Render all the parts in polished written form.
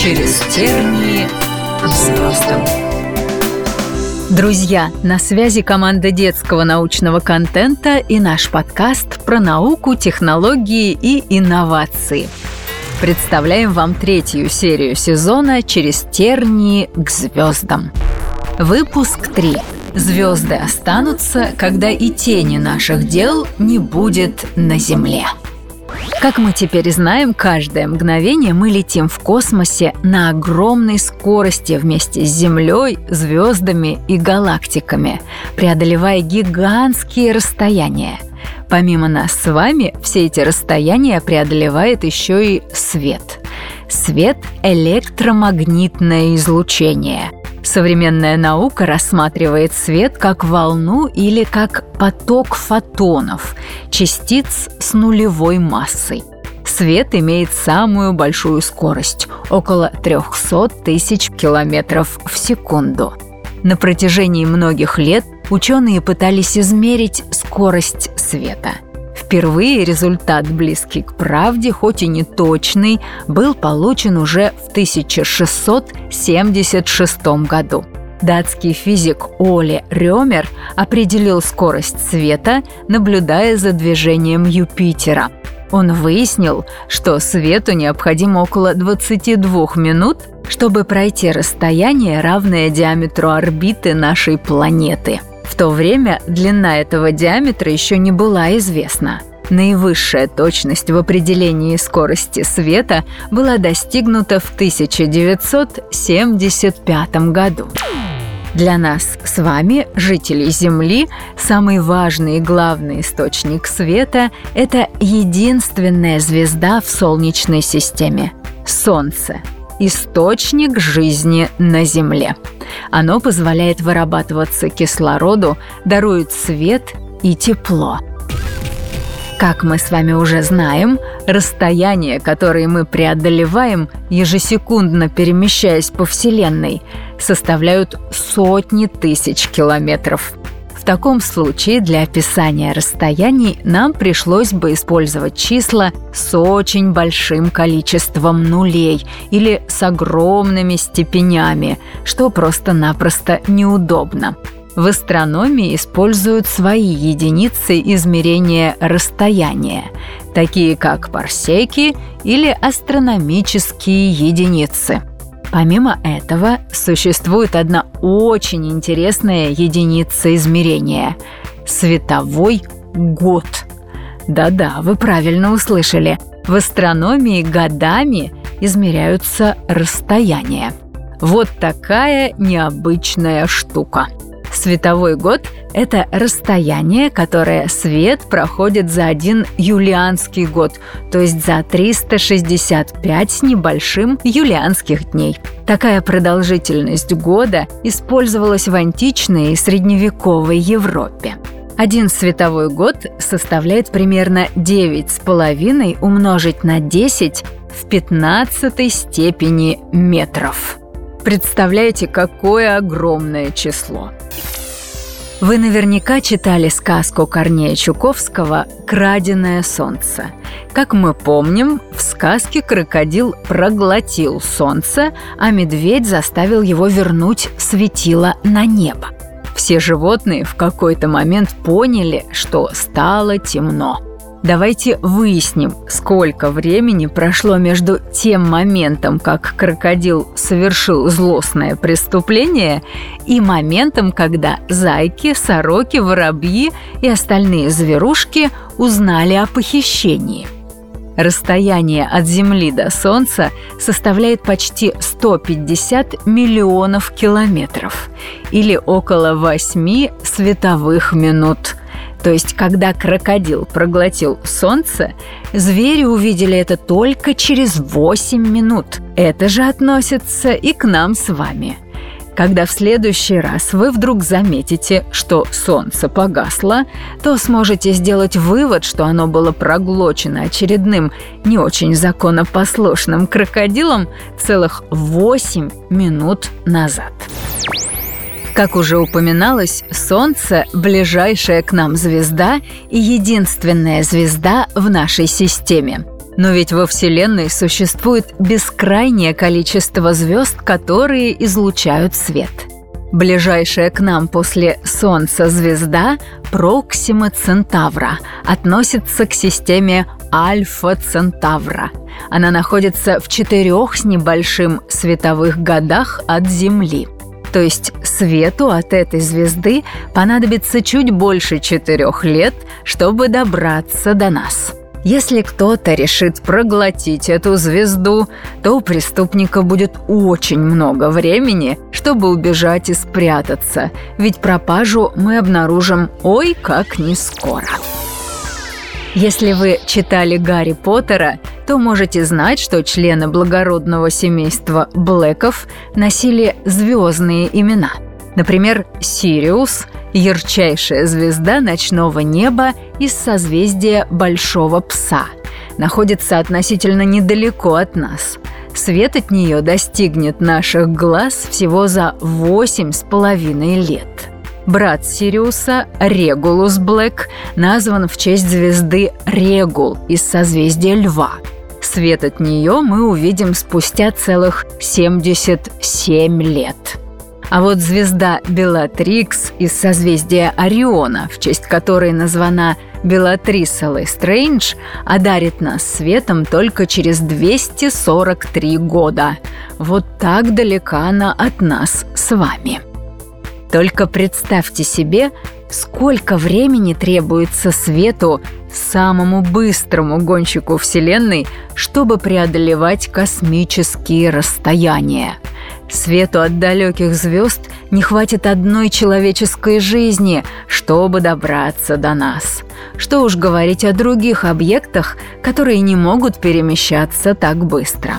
через тернии к звездам. Друзья, на связи команда детского научного контента и наш подкаст про науку, технологии и инновации. Представляем вам третью серию сезона «Через тернии к звездам». Выпуск 3. Звезды останутся, когда и тени наших дел не будет на Земле. Как мы теперь знаем, каждое мгновение мы летим в космосе на огромной скорости вместе с Землей, звездами и галактиками, преодолевая гигантские расстояния. Помимо нас с вами, все эти расстояния преодолевает еще и свет. Свет – электромагнитное излучение. Современная наука рассматривает свет как волну или как поток фотонов, частиц с нулевой массой. Свет имеет самую большую скорость – около 300 тысяч километров в секунду. На протяжении многих лет ученые пытались измерить скорость света. Впервые результат, близкий к правде, хоть и не точный, был получен уже в 1676 году. Датский физик Оле Рёмер определил скорость света, наблюдая за движением Юпитера. Он выяснил, что свету необходимо около 22 минут, чтобы пройти расстояние, равное диаметру орбиты нашей планеты. В то время длина этого диаметра еще не была известна. Наивысшая точность в определении скорости света была достигнута в 1975 году. Для нас с вами, жителей Земли, самый важный и главный источник света – это единственная звезда в Солнечной системе – Солнце. Источник жизни на Земле. Оно позволяет вырабатываться кислороду, дарует свет и тепло. Как мы с вами уже знаем, расстояния, которые мы преодолеваем, ежесекундно перемещаясь по Вселенной, составляют сотни тысяч километров. В таком случае для описания расстояний нам пришлось бы использовать числа с очень большим количеством нулей или с огромными степенями, что просто-напросто неудобно. В астрономии используют свои единицы измерения расстояния, такие как парсеки или астрономические единицы. Помимо этого, существует одна очень интересная единица измерения – световой год. Да-да, вы правильно услышали. В астрономии годами измеряются расстояния. Вот такая необычная штука. Световой год – это расстояние, которое свет проходит за один юлианский год, то есть за 365 с небольшим юлианских дней. Такая продолжительность года использовалась в античной и средневековой Европе. Один световой год составляет примерно 9,5 умножить на 10 в 15 степени метров. Представляете, какое огромное число! Вы наверняка читали сказку Корнея Чуковского «Краденое солнце». Как мы помним, в сказке крокодил проглотил солнце, а медведь заставил его вернуть светило на небо. Все животные в какой-то момент поняли, что стало темно. Давайте выясним, сколько времени прошло между тем моментом, как крокодил совершил злостное преступление, и моментом, когда зайки, сороки, воробьи и остальные зверушки узнали о похищении. Расстояние от Земли до Солнца составляет почти 150 миллионов километров, или около 8 световых минут. То есть, когда крокодил проглотил солнце, звери увидели это только через 8 минут. Это же относится и к нам с вами. Когда в следующий раз вы вдруг заметите, что солнце погасло, то сможете сделать вывод, что оно было проглочено очередным, не очень законопослушным крокодилом целых 8 минут назад. Как уже упоминалось, Солнце – ближайшая к нам звезда и единственная звезда в нашей системе. Но ведь во Вселенной существует бескрайнее количество звезд, которые излучают свет. Ближайшая к нам после Солнца звезда Проксима Центавра относится к системе Альфа Центавра. Она находится в 4 с небольшим световых годах от Земли. То есть свету от этой звезды понадобится чуть больше 4 лет, чтобы добраться до нас. Если кто-то решит проглотить эту звезду, то у преступника будет очень много времени, чтобы убежать и спрятаться, ведь пропажу мы обнаружим ой как не скоро. Если вы читали Гарри Поттера, то можете знать, что члены благородного семейства Блэков носили звездные имена. Например, Сириус – ярчайшая звезда ночного неба из созвездия Большого Пса. Находится относительно недалеко от нас. Свет от нее достигнет наших глаз всего за 8,5 лет. Брат Сириуса, Регулус Блэк, назван в честь звезды Регул из созвездия Льва. Свет от нее мы увидим спустя целых 77 лет. А вот звезда Белатрикс из созвездия Ориона, в честь которой названа Белатриса Лестрейндж, одарит нас светом только через 243 года. Вот так далека она от нас с вами. Только представьте себе, сколько времени требуется свету, самому быстрому гонщику Вселенной, чтобы преодолевать космические расстояния. Свету от далеких звезд не хватит одной человеческой жизни, чтобы добраться до нас. Что уж говорить о других объектах, которые не могут перемещаться так быстро.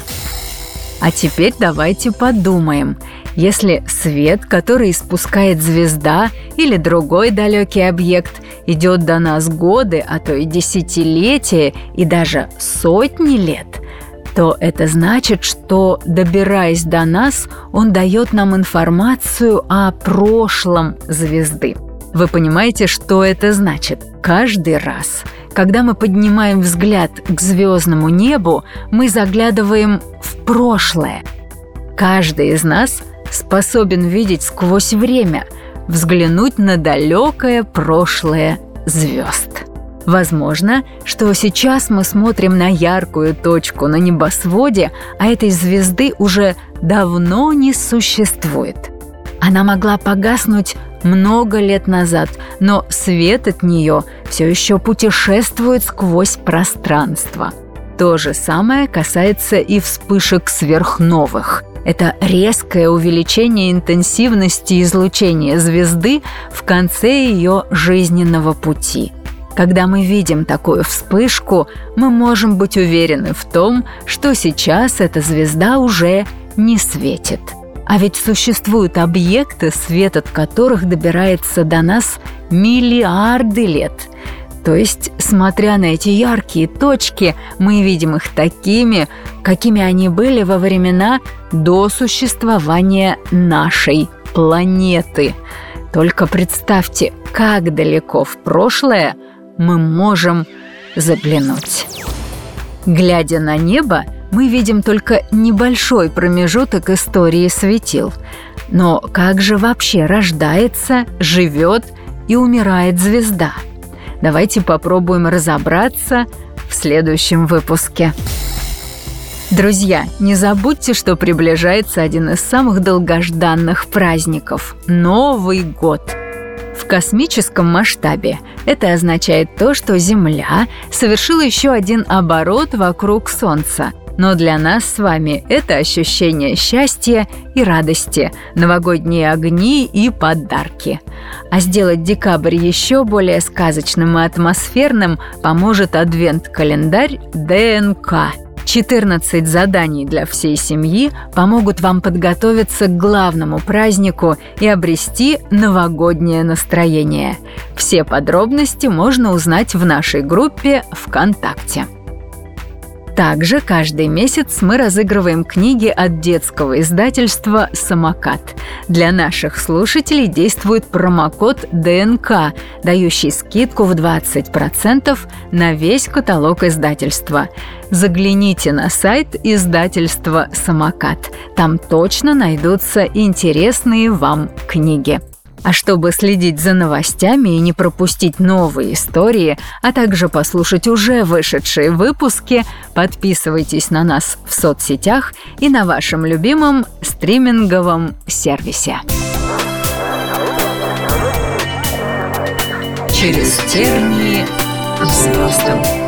А теперь давайте подумаем. Если свет, который испускает звезда или другой далекий объект, идет до нас годы, а то и десятилетия и даже сотни лет, то это значит, что, добираясь до нас, он дает нам информацию о прошлом звезды. Вы понимаете, что это значит? Каждый раз, когда мы поднимаем взгляд к звездному небу, мы заглядываем в прошлое. Каждый из нас способен видеть сквозь время, взглянуть на далекое прошлое звезд. Возможно, что сейчас мы смотрим на яркую точку на небосводе, а этой звезды уже давно не существует. Она могла погаснуть много лет назад, но свет от нее все еще путешествует сквозь пространство. То же самое касается и вспышек сверхновых. Это резкое увеличение интенсивности излучения звезды в конце ее жизненного пути. Когда мы видим такую вспышку, мы можем быть уверены в том, что сейчас эта звезда уже не светит. А ведь существуют объекты, свет от которых добирается до нас миллиарды лет. То есть, смотря на эти яркие точки, мы видим их такими, какими они были во времена до существования нашей планеты. Только представьте, как далеко в прошлое мы можем заглянуть. Глядя на небо, мы видим только небольшой промежуток истории светил. Но как же вообще рождается, живет и умирает звезда? Давайте попробуем разобраться в следующем выпуске. Друзья, не забудьте, что приближается один из самых долгожданных праздников – Новый год. В космическом масштабе это означает то, что Земля совершила еще один оборот вокруг Солнца. Но для нас с вами это ощущение счастья и радости, новогодние огни и подарки. А сделать декабрь еще более сказочным и атмосферным поможет адвент-календарь ДНК. 14 заданий для всей семьи помогут вам подготовиться к главному празднику и обрести новогоднее настроение. Все подробности можно узнать в нашей группе ВКонтакте. Также каждый месяц мы разыгрываем книги от детского издательства «Самокат». Для наших слушателей действует промокод ДНК, дающий скидку в 20% на весь каталог издательства. Загляните на сайт издательства «Самокат». Там точно найдутся интересные вам книги. А чтобы следить за новостями и не пропустить новые истории, а также послушать уже вышедшие выпуски, подписывайтесь на нас в соцсетях и на вашем любимом стриминговом сервисе. Через тернии к звездам.